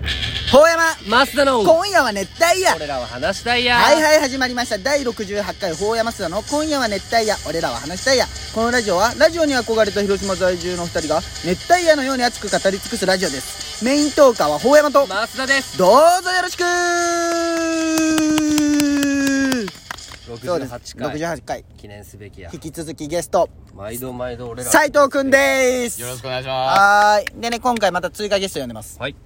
ほうやま増田の今夜は熱帯夜。 俺らは話したいや。 はいはい、始まりました。第68回ほうやま増田の今夜は熱帯夜、俺らは話したいや。このラジオはラジオに憧れた広島在住の2人が熱帯夜のように熱く語り尽くすラジオです。メイントーカーはほうやまと増田です。 どうぞよろしく。そうです、 68回 68回記念すべきや。 引き続きゲスト毎度俺ら斉藤くんでーす。 よろしくお願いしまはーい。でね、今回また追加ゲスト呼んでます。 はい。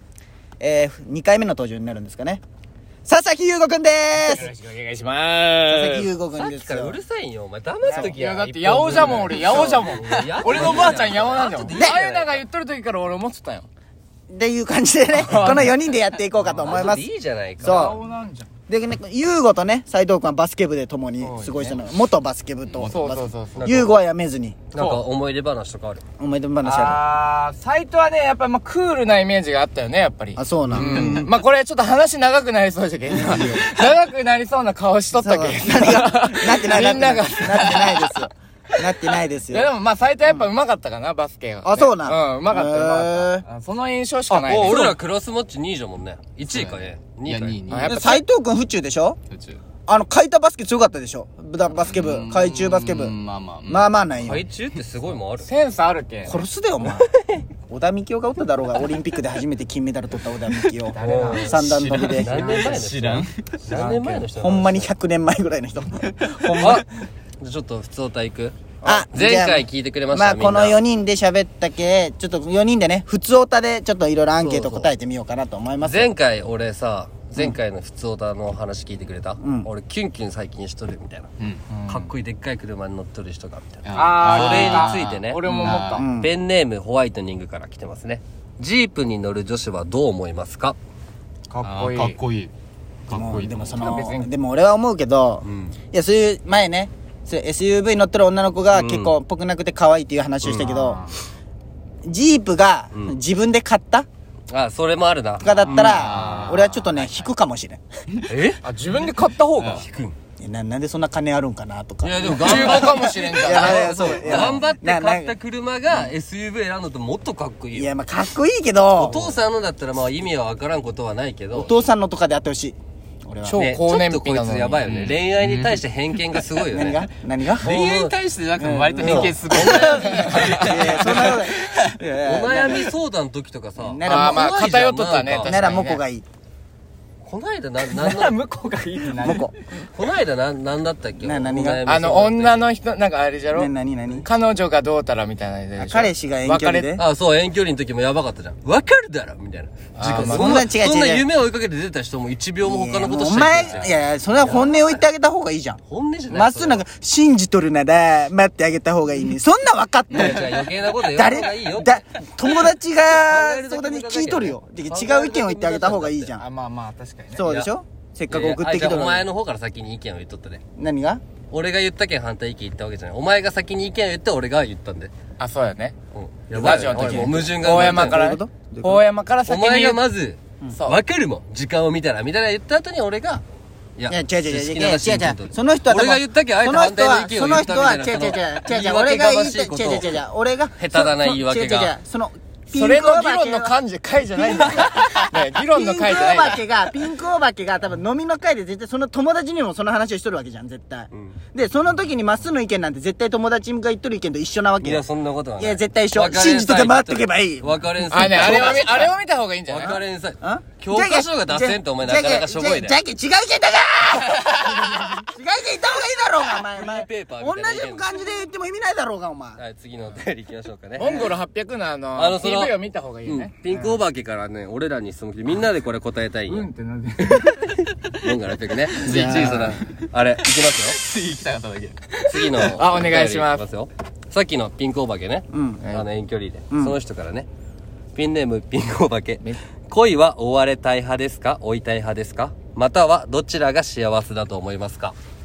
2回目の登場になるんですかね。佐々木優吾くんでーす。よろす。 しくお願いし佐ます 々木優吾くさんですよ。 っきからうるさいんよ。お前黙っときや。 いやだって八尾じゃもん俺、八尾じゃもん。俺のばあちゃん八尾なんだよ。 でああいうのが言っとる時から俺思ってたよ。 っていう感じでね、この4人でやっていこうかと思います。 いいじゃないか。 そう八尾なんじゃん。 でね、優吾とね、斉藤くんはバスケ部で共に過ごしたのが、元バスケ部と、 そう優吾は辞めずに、 なんか思い出話とかある？ 思い出話あサイトはね、やっぱクールなイメージがあったよね、やっぱりる。あ、そうなん。 まあこれちょっと話長くなりそうじゃけど長くなりそうな顔しとったけど何がなってない、 みんながなってないですよ。なってないですよ。 いやでもサイトはやっぱ上手かったかな、バスケが。 あ、そうなん。 上手かった、上手かった。その印象しかないね。 俺らクロスモッチ2位じゃもんね。1位かね。2位かね。 やっぱ斉藤くん府中でしょ？海田バスケ強かったでしょ？バスケ部、海中バスケ部。まあまあないよ。 海中ってすごいもんある。 センスあるけん。 殺すでよ、お前。小田幹夫がおっただろうが、オリンピックで初めて金メダル取った小田幹夫。三段跳びで。 何年前の人？ 知らん。 何年前の人？ ほんまに100年前ぐらいの人。ほんまに。 じゃちょっと普通歌行く？ あ、 前回聞いてくれました。 まあこの4人で喋ったけ、ちょっと4人でね、普通オタでちょっといろいろアンケート答えてみようかなと思います。 前回俺さ、前回の普通オタの話聞いてくれた？俺キュンキュン最近しとるみたいな。かっこいいでっかい車に乗っとる人がみたいな。それについてね、 俺も思った。 ペンネームホワイトニングから来てますね。ジープに乗る女子はどう思いますか？ かっこいい。 かっこいい。かっこいい。 でも別にでも俺は思うけど、いやそういう前ね、SUV 乗ってる女の子が結構ぽくなくて可愛いっていう話をしたけど、ジープが自分で買ったあ、それもあるな。 とかだったら、俺はちょっとね、引くかもしれん。 自分で買った方がなんでそんな金あるんかなとか。 いやでも中古かもしれんじゃん。 そう。 頑張って買った車が SUV 選んだともっとかっこいいよ。 いや、まあかっこいいけど、 お父さんのだったらまあ意味はわからんことはないけど、 お父さんのとかであってほしい。俺は。 超ね、 高燃ちょっとこいつ費なのに。 やばいよね。恋愛に対して偏見がすごいよね。 何が恋愛に対してじゃなくて割と偏見すごい。 いやいや、そんなことない。 お悩み相談の時とかさ、 ならまあ偏っとったね。 なんかならモコがいい。 こないだなん向こうがいいってモコ。 こないだなんだったっけ？ 何がお悩み相談女の人、なんかあれじゃろ？ 何彼女がどうたらみたいなやつでしょ。 彼氏が遠距離で。 あ、そう、遠距離の時もやばかったじゃん。わかるだろみたいな。そんな夢を追いかけて出た人も1秒も他のことしおちゃいけない前、いや、それは本音を言ってあげた方がいいじゃん。 本音じゃない。 まっすぐなんか、信じとるなら、待ってあげた方がいいね。そんな分かっとる。 じゃあ余計なこと言わない方がいいよ。 友達が、相談に聞いとるよ。違う意見を言ってあげた方がいいじゃん。 まあ確かにね。 そうでしょ？せっかく送ってきじゃあおとるのに。 前の方から先に意見を言っとったね。 何が？ 俺が言ったけん反対意見言ったわけじゃない。お前が先に意見を言って俺が言ったんで。 あ、そうやね。 やばいラジオの時もう矛盾が大山からどういうこと大山からお前先に言う。 がまず、 そうわかるもん。時間を見たら、みたいな言った後に俺が、いいや、違う。 違その人は、 俺が言ったけんあえて反対の意見を言ったみたいな。 違う。俺が言った、俺が。 下手だな言い訳が。 それの議論の回じゃないんだよ。ね、議論の回じゃないんだよ。 ピンクお化けが多分飲みの会で絶対その友達にもその話をしとるわけじゃん、絶対。で、その時にまっすぐの意見なんて絶対友達が言っとる意見と一緒なわけよ。 いや、そんなことはない。 いや、絶対一緒。信じとけ回ってけばいい。 分かれんさい。 あれを見た方がいいんじゃない？ 分かれんさい。教科書が出せんとお前なかなかしょぼいで。 じゃけ違う意見だから違う意見言った方がいいだろうが、お前。 ペーパー同みたいな意見じ感じで言っても意味ないだろうが、お前。 はい、次のお便り行きましょうかね。 モンゴル800のその PV を見た方がいいよね。 ピンクお化けからね、俺らに質問来て、みんなでこれ答えたいんよ。 ってなんで？ モンゴル800ね。次、その、あれ、行きますよ。 次行きたかっただけ。 次の。 あお願いしますお便り行きよ。さっきのピンクお化けね。遠距離で。その人からね。ピンネームピンクお化け。恋は追われたい派ですか？追いたい派ですか？またはどちらが幸せだと思いますか？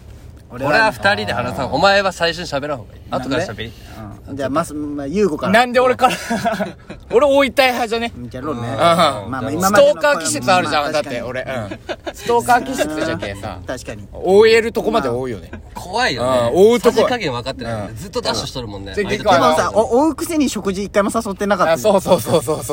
これは2人で話さん。お前は最初に喋らんほうがいい。後から喋り。 じゃあ優吾から。 なんで俺から俺追いたい派じゃね。 じゃろうね。 まあ今ストーカー気質あるじゃん。だって俺ストーカー気質じゃけさ。 確かに追えるとこまで追うよね。 怖いよね。 追うとこさじ加減分かってない。ずっとダッシュしとるもんね。 ででもさ追うくせに食事一回も誘ってなかった。 そう。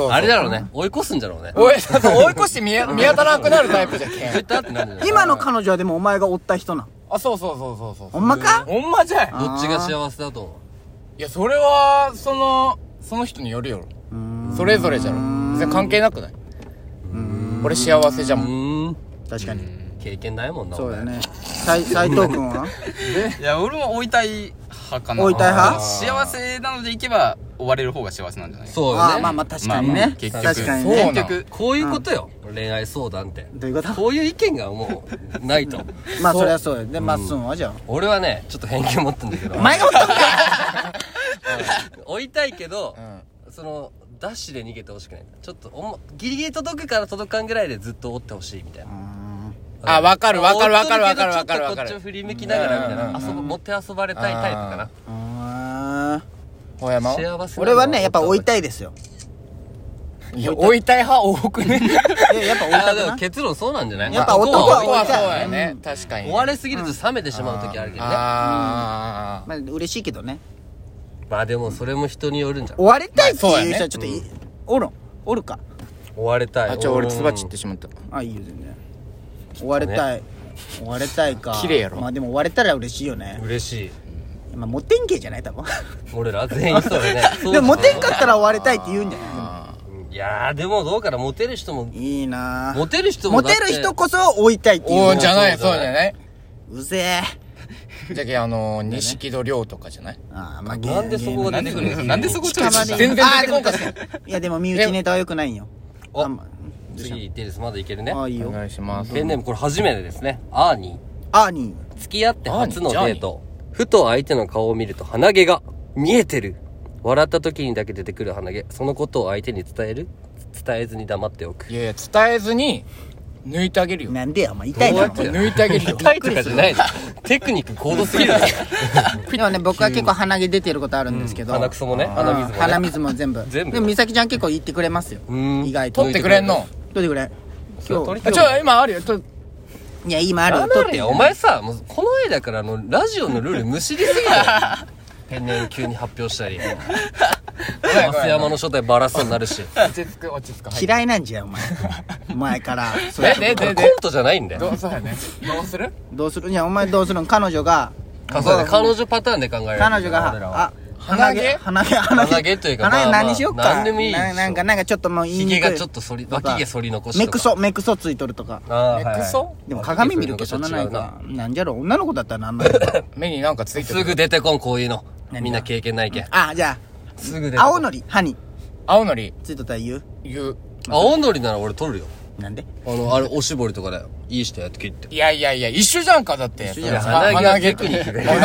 あれだろうね。追い越すんじゃろうね。 追い越して見当たらなくなるタイプじゃけん。 今の彼女はでもお前が追った人な。 あ、そう。 ほんまか？ ほんまじゃい。 どっちが幸せだと思う？ いや、それはその人によるよ。それぞれじゃろ。別に関係なくない？俺幸せじゃもん。 確かに経験ないもんな。 そうだね。斉藤君は？ いや俺も追いたい派かな。 追いたい派？ 幸せなのでいけば追われる方が幸せなんじゃない？ そうよね。 まあ確かにね。 結局確かにね。 結局こういうことよ。恋愛相談って。 どういうこと？ こういう意見がもうないと。 まあそりゃそうよ。でまっすんはじゃあ。 俺はねちょっと偏見持ってんだけど。 お前が追ったんか。 追いたいけど、そのダッシュで逃げてほしくない。ちょっとギリギリ届くから届かんぐらいでずっと追ってほしいみたいな。 あ、わかる。 ちょっとこっちを振り向きながらみたいな。持って遊ばれたいタイプかな。 ほやま幸せ。 俺はねやっぱ追いたいですよ。 いや、追いたい派多くね。 やっぱ追いたくでもな。 結論そうなんじゃない？ やっぱ男はそうやね。確かに。 追われすぎると冷めてしまう時あるけどね。 まあ嬉しいけどね。 まあでもそれも人によるんじゃん。 追われたいっていう人はちょっとおるか。 追われたい。 あ、俺つばちってしまった。 あ、いいよ全然。追われたいか。 綺麗やろ。 まあでも追われたら嬉しいよね。 嬉しい。 まあモテんけじゃない多分。 俺ら全員そうだね。 でもモテんかったら追われたいって言うんじゃない？ いやーでもどうかな。モテる人もいいな。 モテる人もモテる人こそ追いたいっていう。 おじゃない、そうじゃない。 うぜえ。 じゃけ錦戸亮とかじゃない？ ああ、まあなんでそこが出てくるんですか？ なんでそこちょっと全然出てこんかった。 いやでも身内ネタは良くないんよ。 次行っていいです。まだいけるね。 ああいいよ。 お願いします。 ペンネームこれ初めてですね。アーニー。 付き合って初のデート。ふと相手の顔を見ると鼻毛が見えてる。笑った時にだけ出てくる鼻毛。そのことを相手に伝えずに黙っておく。 いや伝えずに抜いてあげるよ。 なんでやお前痛いな。 抜いてあげるよ。 痛いとかじゃないの。テクニック高度すぎる。 でもね僕は結構鼻毛出てることあるんですけど。 鼻くそもね。 鼻水も全部。でも美咲ちゃん結構言ってくれますよ。意外と。 取ってくれんの？ 取ってくれ。今日今あるよ。 いや今あるよ。 取ってよ。お前さもうこの間からラジオのルールむしりすぎだよ。ペンネーム急に発表したり。増山の正体バラすようになるし。 落ち着く。 嫌いなんじゃお前。前から。 コントじゃないんだよ。 そうやね。 どうする？いやお前どうするの？彼女が。 彼女パターンで考える。 彼女が鼻毛というか何しよっか。 何でもいい。 なんかちょっともうひげがちょっと脇毛反り残しとか。 目くそついとるとか。 目くそ？ でも鏡見るけどそんなないか。なんじゃろ女の子だったらなんなんだ。 目になんかついてる。 すぐ出てこんこういうの。みんな経験ないけん。 あじゃあすぐ出てこん。 青のり歯に青のりついとったら言う。 青のりなら俺取るよ。 なんで？ あれおしぼりとかでいい人やって切って。 いや一緒じゃんかだって。 鼻毛テクニックで。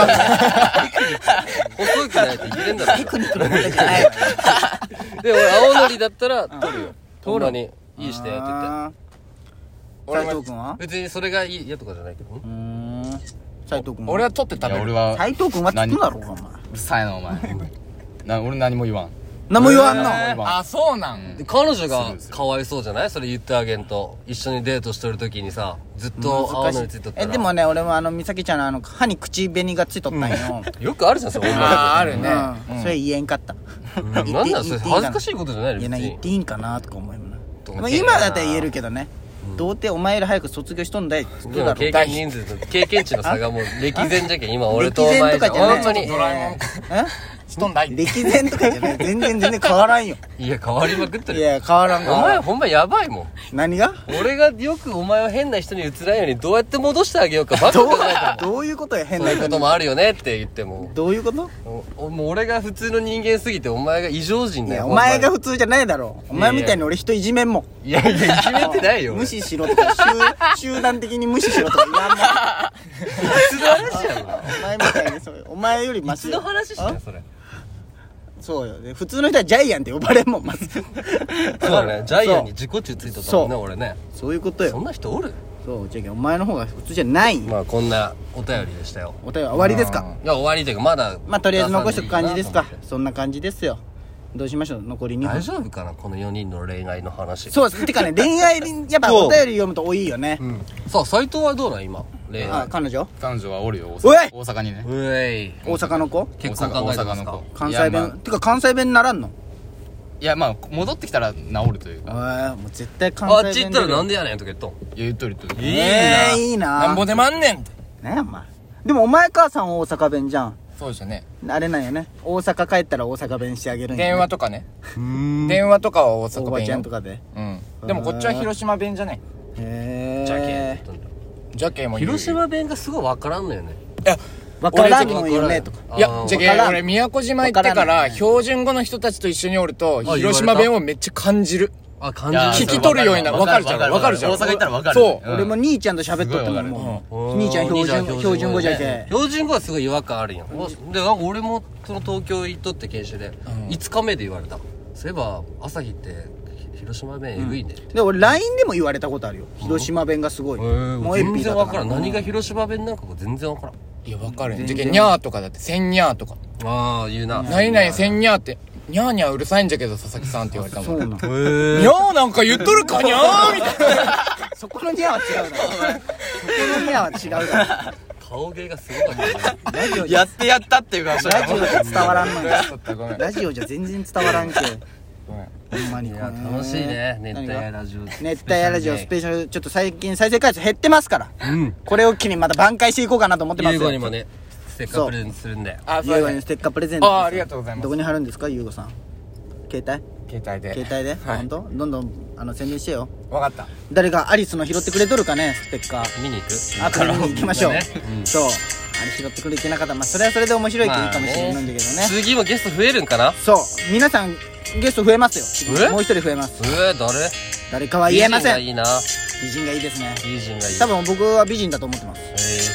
細くないといけれんだろ。 テクニックの問題じゃないわ。 で俺青のりだったら取るよ。ほんまにいい人やって言って。 斉藤君は？ 別にそれがいい嫌とかじゃないけど。 斉藤君は？ 俺は取って食べる。 俺は斉藤君はつくだろうがお前。 うるさいなお前。俺何も言わん。 何も言わんの？ あそうなん。 彼女がかわいそうじゃない？それ言ってあげんと。一緒にデートしとる時にさずっと青のりついとったら。 でもね俺も美咲ちゃんの歯に口紅がついとったんよ。 よくあるじゃんそれ。 あるね。 それ言えんかった。 なんだそれ恥ずかしいことじゃないの？ いや言っていいんかなとか思うもんな。今だったら言えるけどね。どうてお前より早く卒業しとんだい。 でも経験人数と経験値の差がもう歴然じゃけん。今俺とお前じゃ本当に。 ドラえもんしとんだい。 歴然とかじゃない。全然変わらんよ。 いや変わりまくってる。 いや変わらんか。 お前ほんまやばいもん。 何が？ 俺がよくお前を変な人に映らんようにどうやって戻してあげようかばっか考えてる。 どういうことや変な人。 そういうこともあるよねって言っても。 どういうこと？ もう俺が普通の人間すぎてお前が異常人だよ。 お前が普通じゃないだろ。お前みたいに俺人いじめんもん。 いやいじめてないよ。 無視しろとか集団的に無視しろとか言わんもん。 普通の話やろ。 お前みたいにそうお前よりマシ。 普通の話してんそれ。 そうよ。普通の人はジャイアンって呼ばれんもんまず。 そうだね。ジャイアンに自己中ついとったもんね俺ね。 そういうことよ。 そんな人おる？ そうじゃけんお前の方が普通じゃない。 まあこんなお便りでしたよ。 お便り終わりですか？ いや終わりというかまだまあとりあえず残しとく感じですか。そんな感じですよ。どうしましょう残り2分。 大丈夫かなこの4人の恋愛の話。 そうですてかね恋愛やっぱお便り読むと多いよね。 さあ斉藤はどうなん今恋愛。 彼女はおるよ、 おい大阪にね。 うえい大阪の子結婚考えてますか？ 大阪の子関西いやまあ弁てか関西弁にならんの？ いや、まあ、戻ってきたら治るというか。 もう絶対関西弁あっち行ったらなんでやねんとか言っとん。 いや、言っとる言っとる。 いいななんぼでもあんねんって。 ねえお前でもお前母さん大阪弁じゃん。 そうですよね。 あれなんよね大阪帰ったら大阪弁してあげるんよね。 電話とかね。電話とかは大おばちゃ阪弁よんとかで。 うん。でもこっちは広島弁じゃねへじゃけんってえ言っとんだ。 ジャケも言う。 広島弁がすごい分からんのよね。 いや、 わからんのよねとか。 いや、じゃけわからん俺宮古島行ってかわかららん標準語の人たちと一緒におるとあ広島弁をめっちゃ感じる。 あ感いやじる。 聞き取るようになる。わかるじゃん。わかるじゃん。 大阪行ったらわかる。 そう俺も兄ちゃんと喋っとってももう兄ちゃん標準語じゃけ。 標準語はすごい違和感あるんよ。で俺もその東京行っとって研修で5日目で言われた。そういえば朝日って広島弁えぐいねって。 で俺 LINE でも言われたことあるよ広島弁がすごい。もう全然分からん。何が広島弁なんか全然分からん。 いや、わかるん。じゃけニャーとかだって千ニャーとか。 ああ言うな。 何々千ニャーって、ニャーニャーうるさいんじゃけど佐々木さんって言われたもん。 そうなの。 ニャーなんか言っとるかニャーみたいな。 そこのニャは違うだろ。そこのニャは違うだろ。 顔芸がすごかったね。 ラジオじゃやってやったっていうか、 ラジオじゃ伝わらんのよ。 ごめん。 ラジオじゃ全然伝わらんけ。ほんまに。 いや楽しいね熱帯夜ラジオ。 熱帯夜ラジオスペシャルちょっと最近再生回数減ってますからこれを機にまた挽回していこうかなと思ってますよ。 優吾にもねステッカープレゼントするんで。 あ、 優吾にステッカープレゼント。 ありがとうございます。 どこに貼るんですか優吾さん？携帯で。 携帯で本当？どんどん宣伝してよ。 わかった。 誰かアリスの拾ってくれとるかねステッカー。 見に行く？ あと見に行きましょう。そうあれ拾ってくれてなかったらそれはそれで面白いけどいいかもしれないんだけどね。 次もゲスト増えるんかな？ そう皆さんゲスト増えますよ。もう一人増えます。誰かは言えません。 美人がいいな。 美人がいいですね。 美人がいい。 多分僕は美人だと思ってます。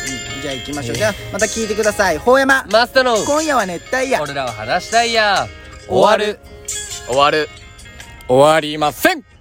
じゃあ行きましょう。じゃあまた聞いてください。ほうやまマスターの今夜は熱帯夜。 俺らは話したいや。 終わりません。